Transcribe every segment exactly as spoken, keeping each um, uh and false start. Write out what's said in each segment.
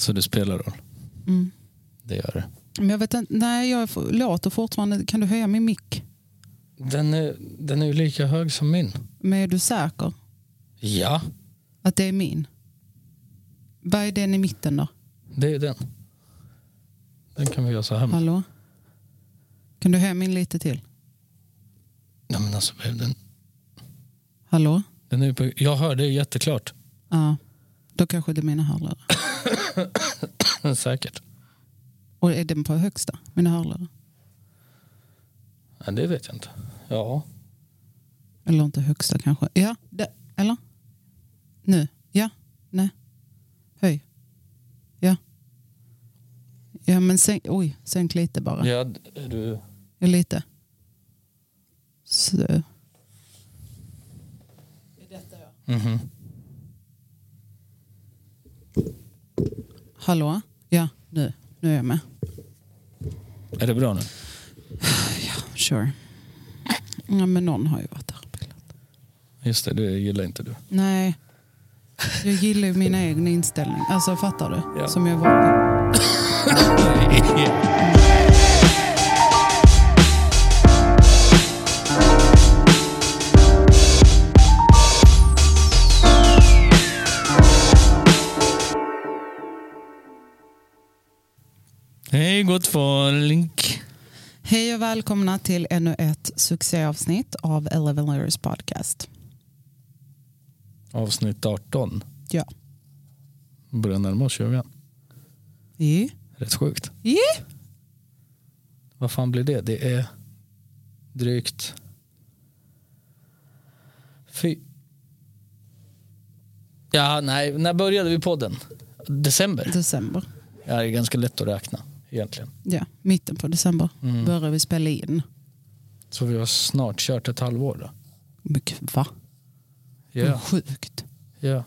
Så det spelar roll. Mm. Det gör det. Men jag vet inte, nej jag låter fortfarande, kan du höja min mick? Den är, den är ju lika hög som min. Men är du säker Ja, att det är min? Vad är den i mitten då? det är den. Den kan vi göra så här med. Hallå? Kan du höja min lite till? Nej, men alltså, den, Hallå? den är på, jag hör det jätteklart. Ja, då kanske det är mina hörlurar. Säkert. Och är den på högsta, mina hörlurar? Nej, det vet jag inte. Ja. Eller inte högsta kanske. Ja, det, eller? Nu. Ja, nej. Höj. Ja. Ja, men sänk, oj, sänk lite bara. Ja, är du... Ja, lite. Så. Är detta jag? Mhm. Hallå? Ja, nu. Nu är jag med. Är det bra nu? Ja, sure. Ja, men någon har ju varit där och pillat. Just det, det gillar inte du. Nej. Jag gillar ju min egen inställning. Alltså, fattar du? Ja. Som jag var. Hej gott folk. Hej och välkomna till ännu ett succéavsnitt av Eleven Layers podcast. Avsnitt arton. Ja. Börjar närma oss tjugo. Ja. Rätt sjukt. Ja. Vad fan blir det? Det är drygt... Fy... Ja, nej. När började vi podden? December. December. Ja, det är ganska lätt att räkna egentligen. Ja, mitten på december Mm. börjar vi spela in. Så vi har snart kört ett halvår då. Men gud, va? Ja, Sjukt. ja.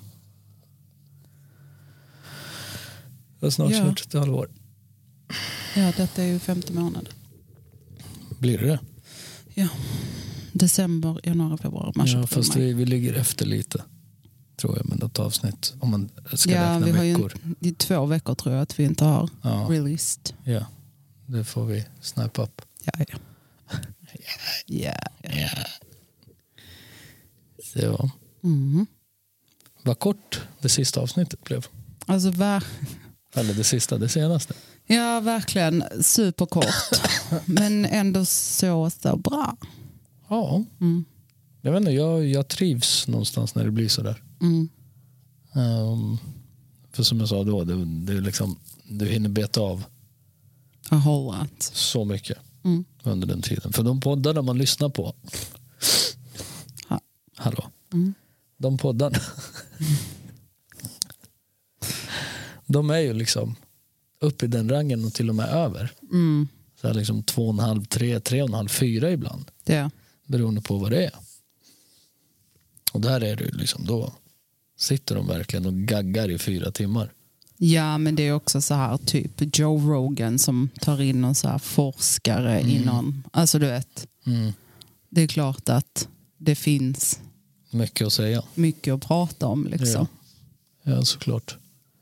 Vi har snart Ja. kört ett halvår. Ja, detta är ju femte månaden. Blir det det? Ja. December, januari, februari, mars, Ja, april, fast maj. vi, vi ligger efter lite. Tror jag med något avsnitt. Om man ska Ja, räkna vi har ju veckor. en, i två veckor tror jag att vi inte har Ja. released. Ja, det får vi snappa upp. Ja, ja. Ja, ja. Ja. Så. Mm. Vad kort det sista avsnittet blev. Alltså, ver- Eller det sista, det senaste. ja, verkligen superkort. Men ändå så, så bra. Ja, Mm. jag vet inte, jag, jag trivs någonstans när det blir så där. Mm. Um, för som jag sa då, det, det är liksom, du hinner beta av A whole lot. så mycket Mm. under den tiden. För de poddarna man lyssnar på. Ha. Hallå. Mm. De poddarna. De är ju liksom upp i den rangen och till och med över. Mm. Så här liksom två och en halv, tre, tre och en halv, fyra ibland. Ja. Beroende på vad det är. Och där är det ju liksom, då sitter de verkligen och gaggar i fyra timmar. Ja, men det är också så här typ Joe Rogan som tar in någon så här forskare Mm. inom, alltså du vet, Mm. det är klart att det finns Mycket att säga. mycket att prata om liksom. Ja, ja såklart.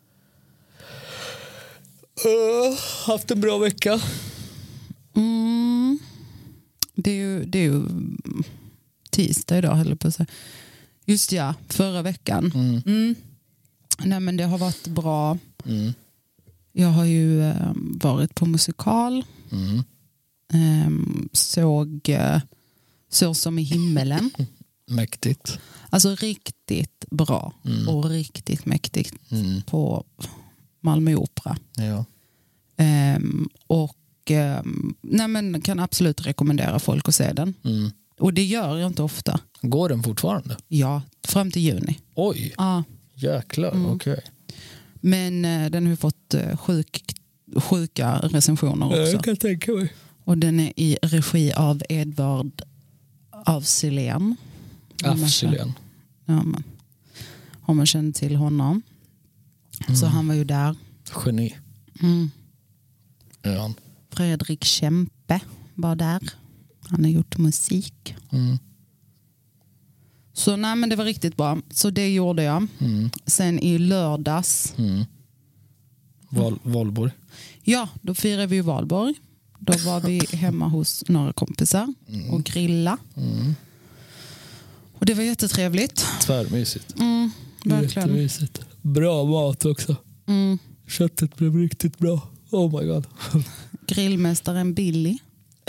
Uh, haft en bra vecka. Mm. Det är ju, det är ju tisdag idag, höll jag på att säga. Just ja, förra veckan. Mm. Mm. Nej, men det har varit bra. Mm. Jag har ju eh, varit på musikal. Mm. Eh, såg eh, Så som i himmelen. Mäktigt. Alltså riktigt bra Mm. och riktigt mäktigt Mm. på Malmö Opera. Ja. Ehm, och ehm, nej, men kan absolut rekommendera folk att se den. Mm. Och det gör jag inte ofta. Går den fortfarande? Ja, fram till juni. Oj, Ja, jäklar, Mm. okej. men eh, den har ju fått eh, sjuk, sjuka recensioner också. Jag kan tänka mig. Och den är i regi av Edvard af Sillén. Af Sillén. Ja, men har man känt till honom. Så han var ju där. Geni. Mm. Ja. Fredrik Kempe var där. Han har gjort musik. Mm. Så nej, men det var riktigt bra. Så det gjorde jag. Mm. Sen i lördags Mm. Val, Valborg. Ja, då firade vi ju Valborg. Då var vi hemma hos några kompisar mm. och grilla. Mm. Och det var jättetrevligt. Tvärmysigt. Mm, verkligen. Jättemysigt. Bra mat också. Mm. Köttet blev riktigt bra. Oh my god. Grillmästaren Billy.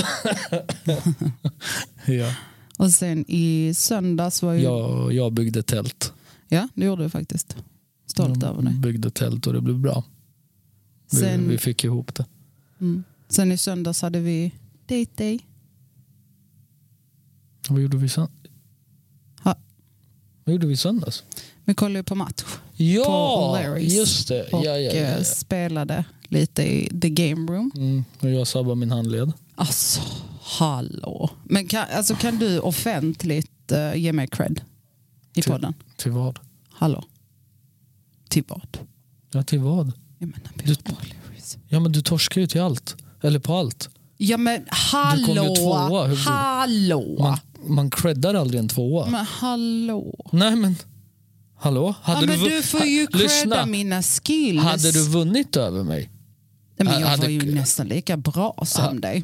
Ja. Och sen i söndags var ju... Ja, jag byggde tält. Ja, det gjorde du faktiskt. Stolt jag över det. byggde tält och det blev bra. Sen... Vi, vi fick ihop det. Mm. Sen i söndags hade vi date day. Vad gjorde vi sen? Ha. Vad gjorde vi söndags? Vi kollade på match. Ja, på just det. Och ja, ja, ja, ja. spelade lite i the game room. Mm, och jag sabbade min handled. Alltså, hallå. Men kan, alltså, kan du offentligt uh, ge mig cred i till, podden? Till vad? Hallå. Till vad? Ja, till vad? Jag menar, du, ja, men du torskar ju till allt. Eller på allt. Ja, men hallå. Du kom ju tvåa. Hur hallå. Man, man creddar aldrig en tvåa. Men hallå. Nej, men hallå? Hade ja, men du, du får ju ha, credda lyssna. mina skills. Hade du vunnit över mig? Ja, men jag hade, var ju nästan lika bra som ha, dig.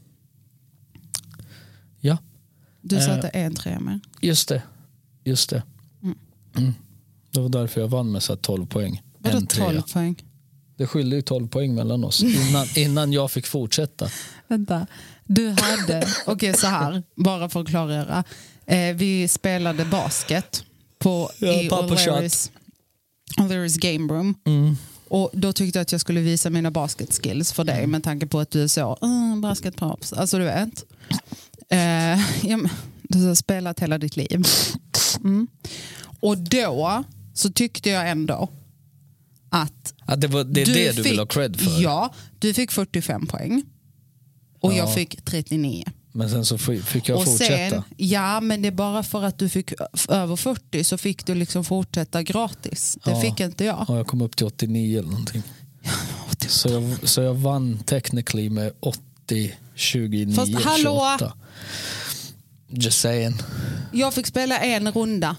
Ja. Du satte eh, en tre med. Just det. Just det. Mm. Mm. Det var därför jag vann med så tolv poäng. Vadå en tolv poäng? Det skilde ju tolv poäng mellan oss innan, innan jag fick fortsätta. Vänta. Du hade, okej okay, så här, bara för att klargöra. Eh, vi spelade basket på ja, i O'Learys, O'Learys game room. Mm. Och då tyckte jag att jag skulle visa mina basketskills för dig mm. med tanke på att du är så uh, basketprops. Alltså du vet. Eh, ja, du har spelat hela ditt liv. Mm. Och då så tyckte jag ändå att ja, det, var, det är du det du fick, vill ha cred för. Ja, du fick fyrtiofem poäng. Och ja. jag fick trettionio. Men sen så fick jag och fortsätta. Sen, ja, men det är bara för att du fick över fyrtio så fick du liksom fortsätta gratis. Det ja. fick inte jag. Ja, jag kom upp till åttionio eller någonting. så, jag, så jag vann technically med åttio tjugonio. Fast hallå! tjugoåtta. Just saying. Jag fick spela en runda.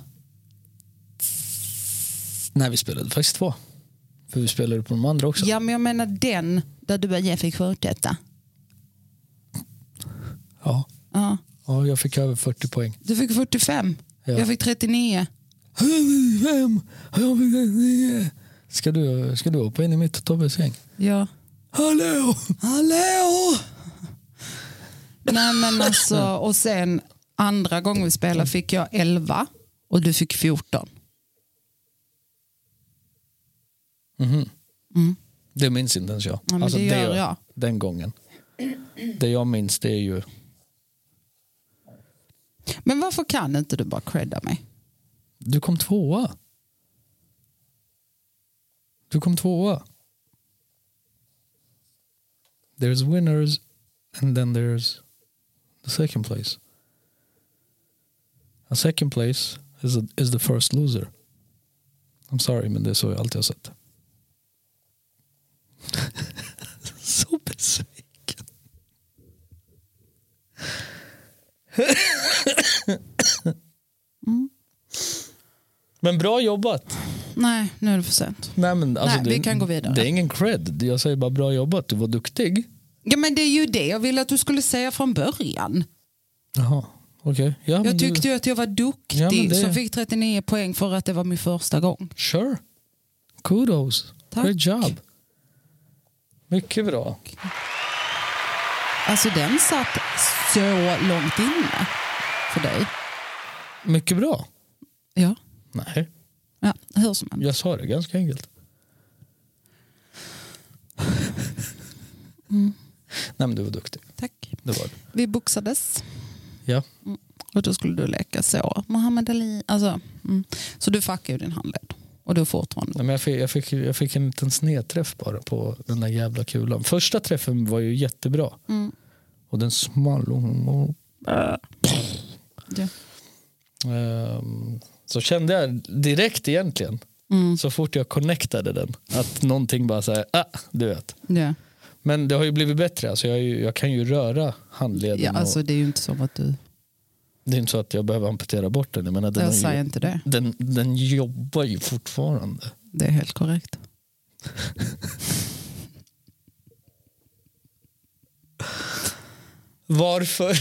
Nej, vi spelade faktiskt två. För vi spelade på de andra också. Ja, men jag menar den där du bara, jag fick fortsätta. Ja. Ja. Ja, jag fick över fyrtio poäng. Du fick fyrtiofem. Ja. Jag fick trettionio. fyrtiofem. Jag fick trettionio. Ska du, ska du hoppa in i mitt och Tobbes gäng? Ja. Hallå! Hallå! Nej, men alltså, och sen andra gången vi spelade fick jag elva och du fick fjorton. Mm-hmm. Mm. Det minns inte ens jag. Ja, men alltså, det gör det, jag. Den gången. Det jag minns det är ju... Men varför kan inte du bara credda mig? Du kom tvåa. Du kom tvåa. There's winners and then there's the second place. A second place is, a, is the first loser. I'm sorry, men det är så jag alltid har sett. Så besviken. mm. Men bra jobbat. Nej, nu är det för sent. Nej, men alltså Nej, det, vi kan gå vidare. Det är ingen cred. Jag säger bara bra jobbat. Du var duktig. Ja, men det är ju det jag ville att du skulle säga från början. Jaha, okej. Okay. Ja, jag tyckte du... ju att jag var duktig ja, det... som fick trettionio poäng för att det var min första gång. Sure. Kudos. Tack. Great job. Mycket bra. Alltså den satt så långt inne för dig. Mycket bra. Ja. Nej. Ja, hur som helst. Jag sa det ganska enkelt. Mm. Nej, men du var duktig. Tack. Det var det. Vi boxades. Ja. Mm. Och då skulle du leka så. Muhammad Ali. Alltså, mm. Så du fuckade ju din handled. Och du är fortfarande. Nej, men jag, fick, jag, fick, jag fick en liten snedträff bara på den där jävla kulan. Första träffen var ju jättebra. Mm. Och den small. Ja. Um, så kände jag direkt egentligen. Mm. Så fort jag connectade den. Att någonting bara säger, ah, du vet. Ja. Men det har ju blivit bättre. Alltså jag, jag kan ju röra handleden. Ja, alltså och, det är ju inte som att du... Det är inte så att jag behöver amputera bort den. Jag, menar, den jag säger inte det. Den, den jobbar ju fortfarande. Det är helt korrekt. Varför?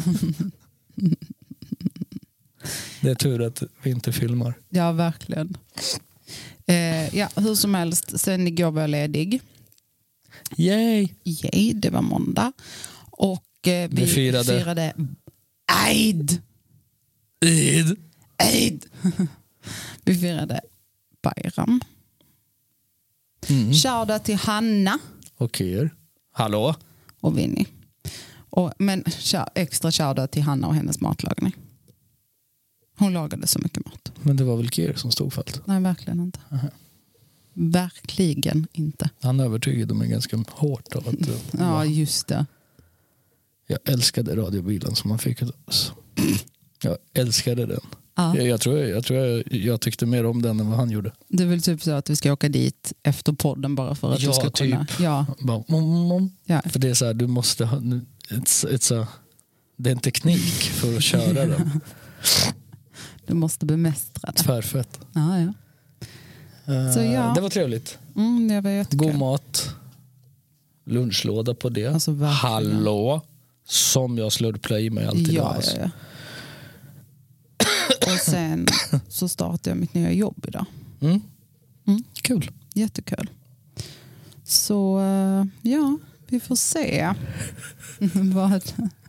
Det är tur att vi inte filmar. Ja, verkligen. Eh, ja, hur som helst. Sen igår var jag ledig. Yay! Yay, det var måndag. Och eh, vi, vi firade... firade Eid. Eid. Eid. Vi firade Bayram. Mm. Shoutout till Hanna. Och er. Hallå? Och Vinny. Och, men extra shoutout till Hanna och hennes matlagning. Hon lagade så mycket mat. Men det var väl Kier som stod för allt? Nej, verkligen inte. Aha. Verkligen inte. Han övertygade mig ganska hårt av att... Ja, just det. Jag älskade radiobilen som man fick. Jag älskade den. Ja. Jag, jag, tror, jag tror jag, jag tyckte mer om den än vad han gjorde. Det är väl typ så att vi ska åka dit efter podden bara för att ja, du ska typ. kunna... Ja, bara, mom, mom. Ja. För det är så här, du måste ha... It's, it's a, det är en teknik för att köra den. Du måste bemästra det. Tvärfett. Ja, ja. Uh, Så ja. Det var trevligt. Mm, det var jättekul. God mat. Lunchlåda på det. Alltså, verkligen. Hallå. Som jag slurplar i mig alltid. Ja, ja, ja. Och sen så startade jag mitt nya jobb idag. Mm. Mm. Kul. Jättekul. Så ja, vi får se. Vad?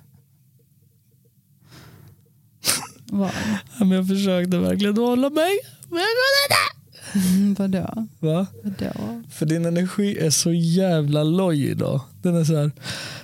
Vad? Ja, men jag försökte verkligen hålla mig. Mm, vadå? Va? Vadå? För din energi är så jävla loj idag. Den är så här...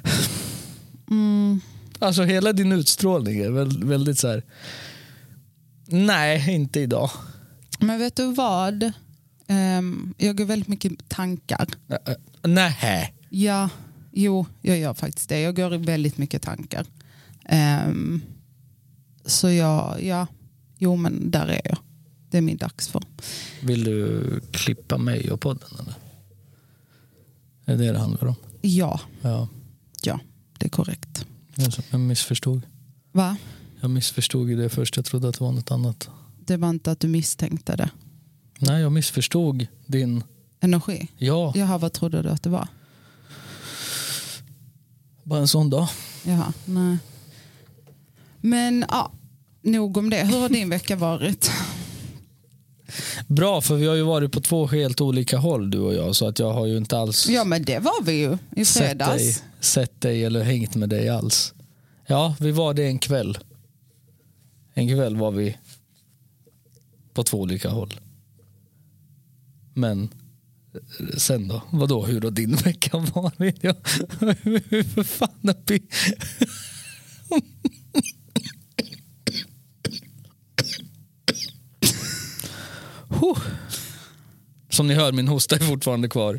Mm. Alltså hela din utstrålning är väldigt, väldigt så här... Nej, inte idag. Men vet du vad? Um, jag går väldigt mycket tankar. Uh, uh, nej. Ja, jo, jag gör faktiskt det. Jag går i väldigt mycket tankar. Um, så jag, ja, jo men där är jag. Det är min dagsform. Vill du klippa mig och podden eller? Är det det det handlar om? Ja, Ja. ja, det är korrekt. Jag missförstod. Va? Jag missförstod det först. Jag trodde att det var något annat. Det var inte att du misstänkte det. Nej, jag missförstod din... Energi? Ja. Jaha, vad trodde du att det var? Bara en sån dag. Jaha, nej. Men ja, nog om det. Hur har din vecka varit? Bra, för vi har ju varit på två helt olika håll, du och jag. Så att jag har ju inte alls Ja, men det var vi ju i sett fredags. dig, sett dig eller hängt med dig alls. Ja, vi var det en kväll. En kväll var vi på två olika håll. Men sen då? Vadå, hur har din vecka varit? Ja, hur för fan är vi? Som ni hör, min hosta är fortfarande kvar.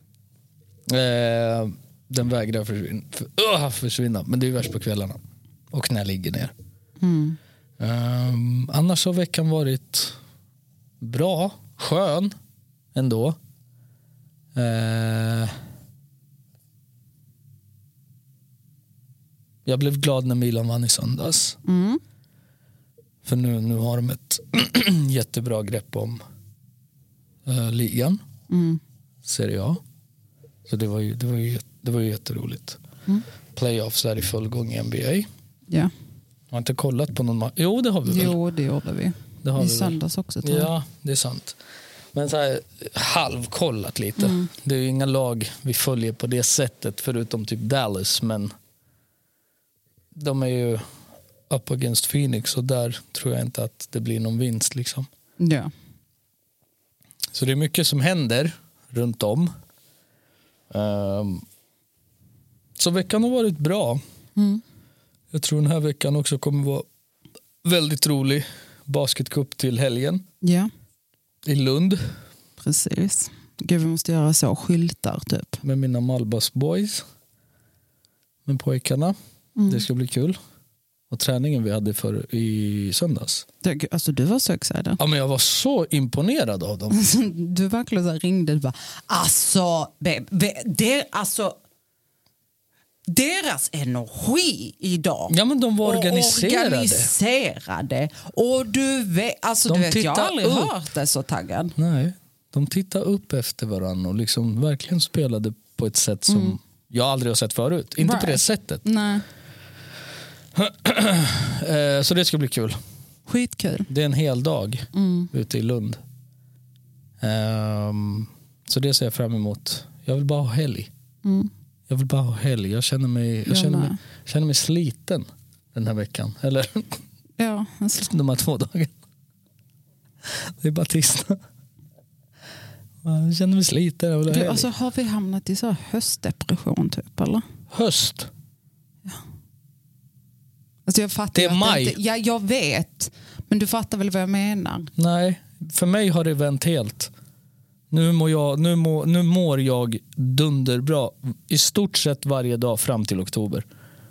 Eh, den vägrar försvinna. För, uh, försvinna. Men det är värst på kvällarna. Och när jag ligger ner. Mm. Eh, annars har veckan varit bra. Skön ändå. Eh, jag blev glad när Milan vann i söndags. Mm. För nu, nu har de ett jättebra grepp om uh, ligan. Mm. Serie A. Så det var ju, det var ju, det var ju jätteroligt. Mm. Playoffs är i full gång i N B A. Ja. Jag har inte kollat på någon match. Jo, det har vi väl. Jo, det gjorde vi. Det har I vi söndags väl. också, tror jag. Ja, det är sant. Men så här halvkollat lite. Mm. Det är ju inga lag vi följer på det sättet förutom typ Dallas, men de är ju up against Phoenix och där tror jag inte att det blir någon vinst liksom. Ja. Så det är mycket som händer runt om. Um, så veckan har varit bra. Mm. Jag tror den här veckan också kommer vara väldigt rolig. Basketcup till helgen. Ja. I Lund. Precis. Gud, vi måste göra så. Skyltar typ. Med mina Malbas boys. Med pojkarna. Mm. Det ska bli kul. Och träningen vi hade för i söndags. Det, alltså du var så excited. Ja, men jag var så imponerad av dem. Du verkligen så här ringde och bara, alltså, be, be, det, alltså deras energi idag. Ja, men de var organiserade. Och organiserade. Och du vet, alltså De du vet, jag har tittar aldrig upp. hört det så taggad. Nej, de tittade upp efter varandra och liksom verkligen spelade på ett sätt som Mm. jag aldrig har sett förut. Inte Right. på det sättet. Nej. eh, så det ska bli kul. Skitkul. Det är en hel dag Mm. ute i Lund. Um, så det ser jag fram emot. Jag vill bara ha helg. Mm. Jag vill bara ha helg. Jag känner mig, jag Jag känner med. mig, känner mig sliten den här veckan. Eller Ja, alltså. de här två dagarna. Det är bara tisdag. Jag känner mig sliten. Jag vill ha Du, helg. alltså, har vi hamnat i så här höstdepression typ, eller? Höst. Alltså, jag fattar Det är att maj. Inte, ja, jag vet. Men du fattar väl vad jag menar? Nej, för mig har det vänt helt. Nu mår jag, nu mår, nu mår jag dunderbra i stort sett varje dag fram till oktober.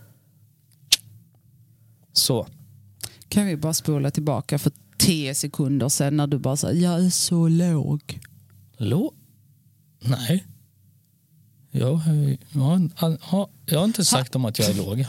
Så. Kan vi bara spola tillbaka för tio sekunder sedan när du bara sa jag är så låg. Lå? Nej. Jag, jag, jag, jag har inte sagt om att jag är låg.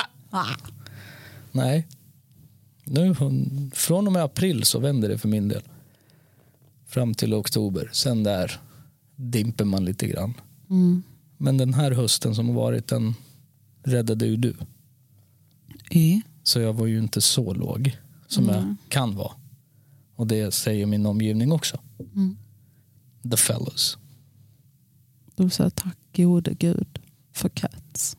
Nej. Nu, från och med april så vänder det för min del. Fram till oktober. Sen där dimper man lite grann. Mm. Men den här hösten som har varit, den räddade ju du. I? Så jag var ju inte så låg som Mm. jag kan vara. Och det säger min omgivning också. Mm. The fellows. Du sa tack gode gud för cats.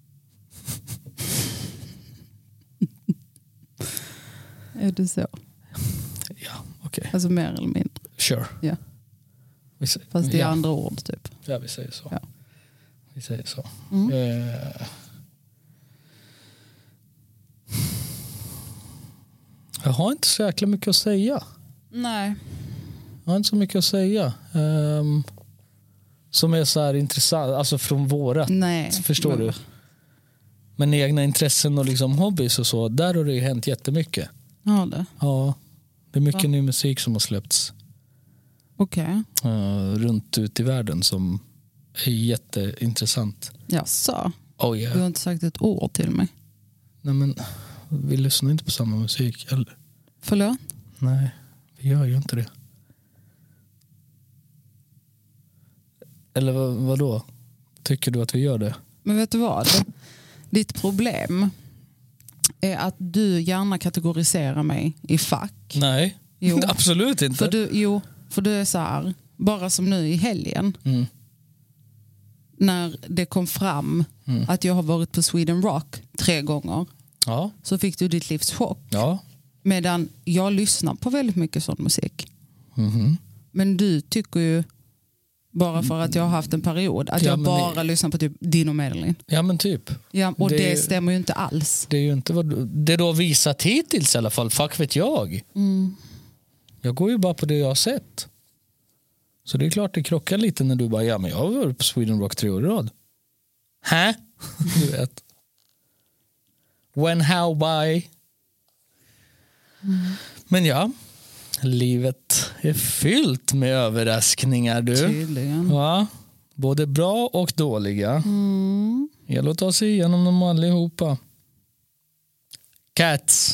Är det så? Ja, okej. Okay. Alltså mer eller mindre. Sure. Ja. Vi säger, Fast det är ja. andra ord typ. Ja, vi säger så. Ja. Vi säger så. Mm. Eh. Jag har inte så jäkla mycket att säga. Nej. Jag har inte så mycket att säga. Um, som är så här intressant. Alltså från vårat. Nej. Förstår men... du? Men egna intressen och liksom hobbies och så. Där har det ju hänt jättemycket. Ja, det. Ja. Det är mycket Va? ny musik som har släppts. Okej. Okay. Uh, runt ut i världen som är jätteintressant. Jag sa. Oh Du yeah. har inte sagt ett ord till mig. Nej, men vi lyssnar inte på samma musik. Eller? Förlåt? Nej, vi gör ju inte det. Eller vad, vad då? Tycker du att vi gör det? Men vet du vad? Ditt problem är att du gärna kategoriserar mig i fack. Nej, Jo. absolut inte. För du, jo, för du är så här, bara som nu i helgen. Mm. När det kom fram Mm. att jag har varit på Sweden Rock tre gånger. Ja. Så fick du ditt livs chock. Ja. Medan jag lyssnar på väldigt mycket sån musik. Mm-hmm. Men du tycker ju, bara för att jag har haft en period, att Ja, jag men bara det- lyssnar på typ Dino Medellin. Ja, men typ. Ja, och Det det, är ju- stämmer ju inte alls. Det är ju inte vad du, det du har visat hittills i alla fall. Fuck vet jag. Mm. Jag går ju bara på det jag har sett. Så det är klart det krockar lite när du bara, ja men jag har varit på Sweden Rock tre år i rad. Hä? Du vet. When, how, why. Mm. Men ja, livet är fyllt med överraskningar du. Tydligen. Va? Både bra och dåliga. Mm. Jag tar sig igenom dem allihopa. Cats.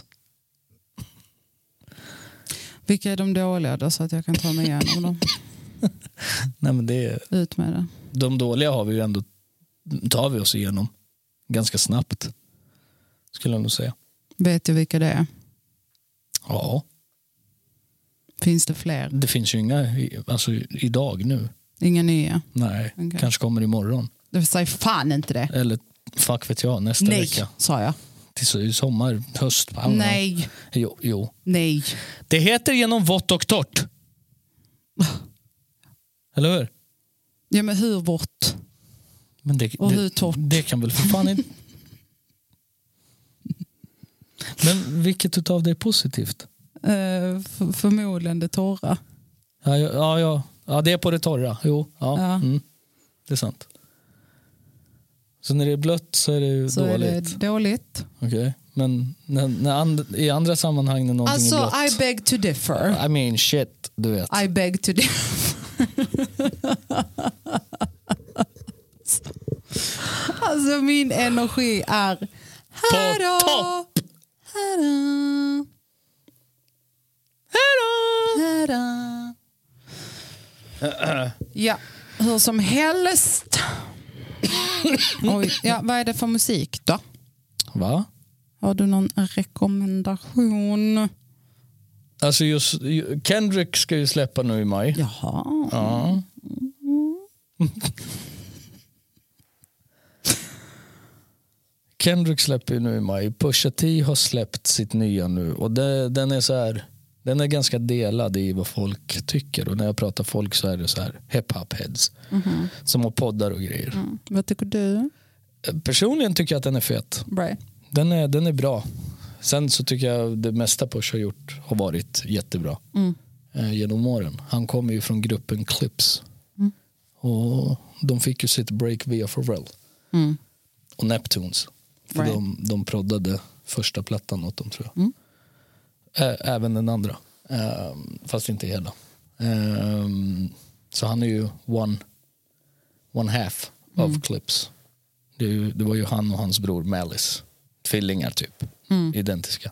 Vilka är de dåliga då, så att jag kan ta mig igenom dem? Nej, men det är, Ut med det. de dåliga har vi ju ändå, tar vi oss igenom ganska snabbt. Skulle jag nog säga. Vet jag vilka det är? Ja, Finns det fler? det finns ju inga i- alltså, idag nu. Inga nya? Nej, Okej. kanske kommer imorgon. Det säger fan inte det. Eller fuck vet jag, nästa Nej, vecka. sa jag. Till så- sommar, höst. I don't know. Nej, Jo, jo. nej. Det heter genom vått och torrt. Eller hur? Ja, men hur vått? Men det, Och det, hur torrt? det kan väl för fan inte... Men vilket utav det är positivt? Uh, för, förmodligen det torra. Ja, ja, ja, ja. ja, det är på det torra. Jo, ja. Ja. Mm. Det är sant. Så när det är blött så är det ju Så dåligt. är det dåligt. Okej. Men när, när and, i andra sammanhang när någonting Alltså, är blött. I beg to differ. I mean shit, du vet. I beg to differ. Alltså min energi är här då. topp. Här då. Här då. Ja, hur som helst. Oj, ja, vad är det för musik då? Va? Har du någon rekommendation? Alltså just Kendrick ska ju släppa nu i maj. Jaha. Ja. Kendrick släpper ju nu i maj. Pusha T har släppt sitt nya nu. Och det, den är så här, den är ganska delad i vad folk tycker. Och när jag pratar folk så är det så här hip-hop heads. Mm-hmm. Som har poddar och grejer. Mm. Vad tycker du? Personligen tycker jag att den är fet. Right. Den är, den är bra. Sen så tycker jag det mesta Push har gjort har varit jättebra. Mm. Eh, genom åren. Han kommer ju från gruppen Clips. Mm. Och de fick ju sitt break via Pharrell. Mm. Och Neptunes. För right. de, de proddade första plattan åt dem, tror jag. Mm. Ä- även den andra. Eh, fast inte hela. Eh, så han är ju one, one half mm. of Clips. Det, är ju, det var ju han och hans bror Malice. Tvillingar typ. Mm. Identiska.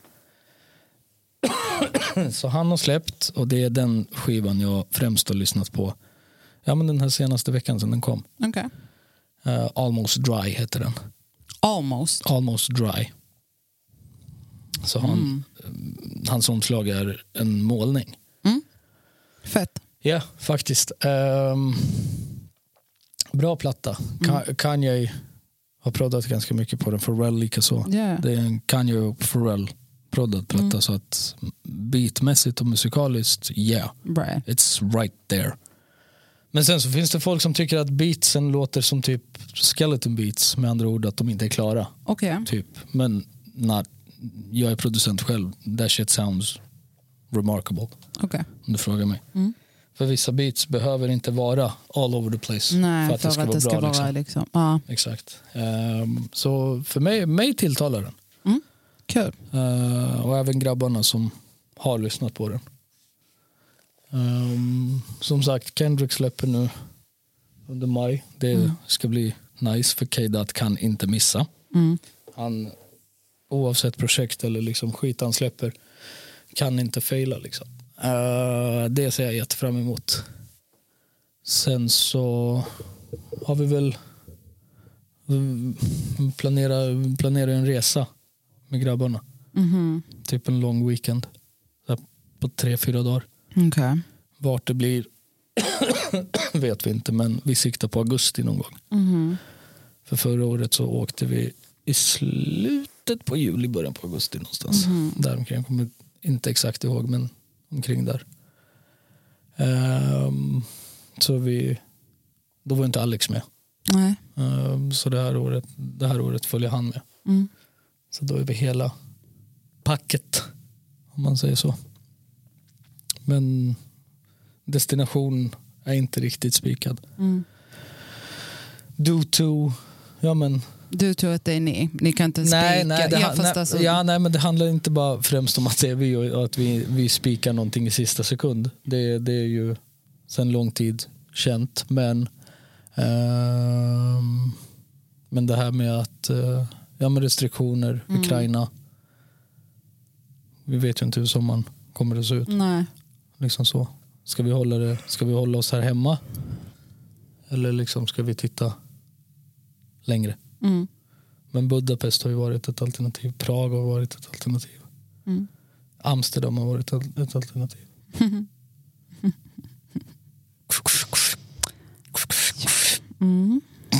Så han har släppt. Och det är den skivan jag främst har lyssnat på. Ja, men den här senaste veckan sedan den kom. Okay. Uh, Almost Dry heter den. Almost? Almost Dry. Så han, mm. hans omslag är en målning. Mm. Fett. Ja, faktiskt. Um, bra platta. Mm. Kanye har proddat ganska mycket på den. Pharrell lika så. Yeah. Det är en Kanye och Pharrell proddat platta. Mm. Så att beatmässigt och musikaliskt, yeah. Right. It's right there. Men sen så finns det folk som tycker att beatsen låter som typ skeleton beats, med andra ord att de inte är klara. Okay. Typ. Men not, jag är producent själv. That shit sounds remarkable. Okay. Om du frågar mig. Mm. För vissa beats behöver inte vara all over the place. Nej, för att för det ska att vara det bra. Ska liksom. vara, liksom. Ah. Exakt. Um, så för mig, mig tilltalar den. Mm. Cool. Uh, och även grabbarna som har lyssnat på den. Um, som sagt, Kendrick släpper nu under maj. Det mm. ska bli nice, för K-Dot kan inte missa. Mm. Han, oavsett projekt eller liksom skit han släpper, kan inte faila liksom. Uh, det ser jag jättefram emot. Sen så har vi väl planerat planera en resa med grabbarna. Mm. Typ en lång weekend på tre, fyra dagar. Okay. Vart det blir vet vi inte, men vi siktar på augusti någon gång. Mm. För förra året så åkte vi i slutet på juli, början på augusti någonstans. Mm. Där omkring, jag kommer inte exakt ihåg, men omkring där. Um, så vi då var inte Alex med. Nej. Um, så det här året det här året följer han med. Mm. Så då är vi hela packet, om man säger så. Men destination är inte riktigt spikad. Mm. Due to, ja men Du tror att det är ni. Ni kan inte spika. Nej, nej, det, ja, nej, alltså... ja, nej, men det handlar inte bara främst om att det är vi och att vi, vi spikar någonting i sista sekund. Det, det är ju sedan lång tid känt. Men, uh, men det här med att uh, ja, med restriktioner, mm. Ukraina. Vi vet ju inte hur sommaren kommer att se ut. Nej. Liksom så. Ska vi hålla det, ska vi hålla oss här hemma? Eller liksom ska vi titta längre? Mm. Men Budapest har ju varit ett alternativ. Prag har varit ett alternativ. Mm. Amsterdam har varit ett alternativ. Mm.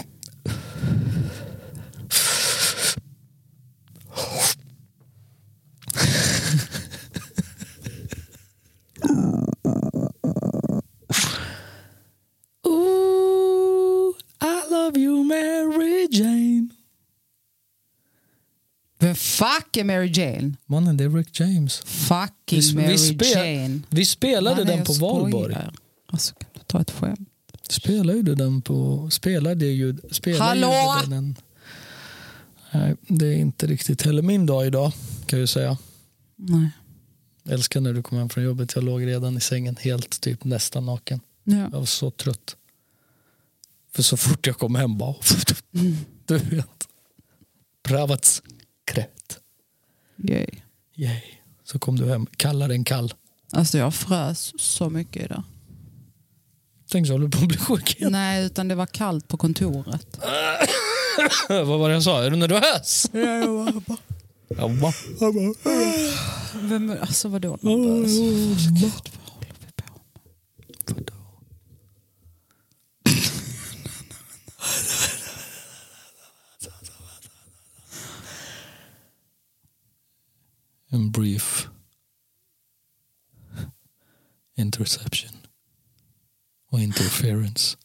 Fucking Mary Jane. Mannen, det är Rick James. Fucking vi, Mary vi spel, Jane. Vi spelade den på Valborg. Alltså, kan du ta ett skämt? Spelade du den på... Spelade ju... Spelade Hallå? Ju den, nej, det är inte riktigt heller min dag idag, kan jag säga. Nej. Jag älskar när du kom hem från jobbet. Jag låg redan i sängen helt typ nästan naken. Ja. Jag var så trött. För så fort jag kom hem bara... Mm. Du vet. Pravats kräft. Yay. Yay. Så kom du hem kallare än kall. Alltså jag frös så mycket idag. Tänk så håller du på att bli sjuk igen. Nej, utan det var kallt på kontoret. Vad var det jag sa? Är du nervös? Ja, jag var bara... Jag bara, jag bara, Vem, alltså vadå? Nervös? Gud, vad håller vi på med? vadå? En brief interception och interference.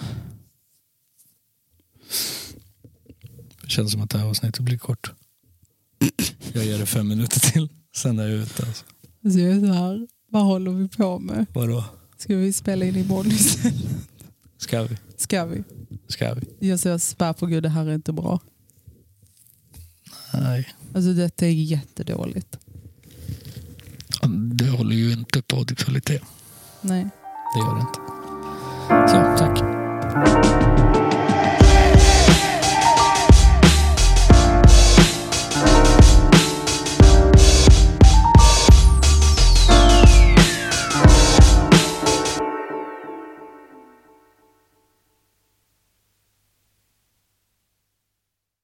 Det känns som att det här avsnittet blir kort. Jag ger det fem minuter till. Sen är jag ute. Alltså. Så jag är så här, vad håller vi på med? Vadå? Ska vi spela in imorgon istället? Ska vi? Ska vi? Ska vi? Jag säger spär på Gud, det här är inte bra. Nej. Alltså detta är jättedåligt. Det håller ju inte på kvalitet. Nej. Det gör det inte. Så, tack.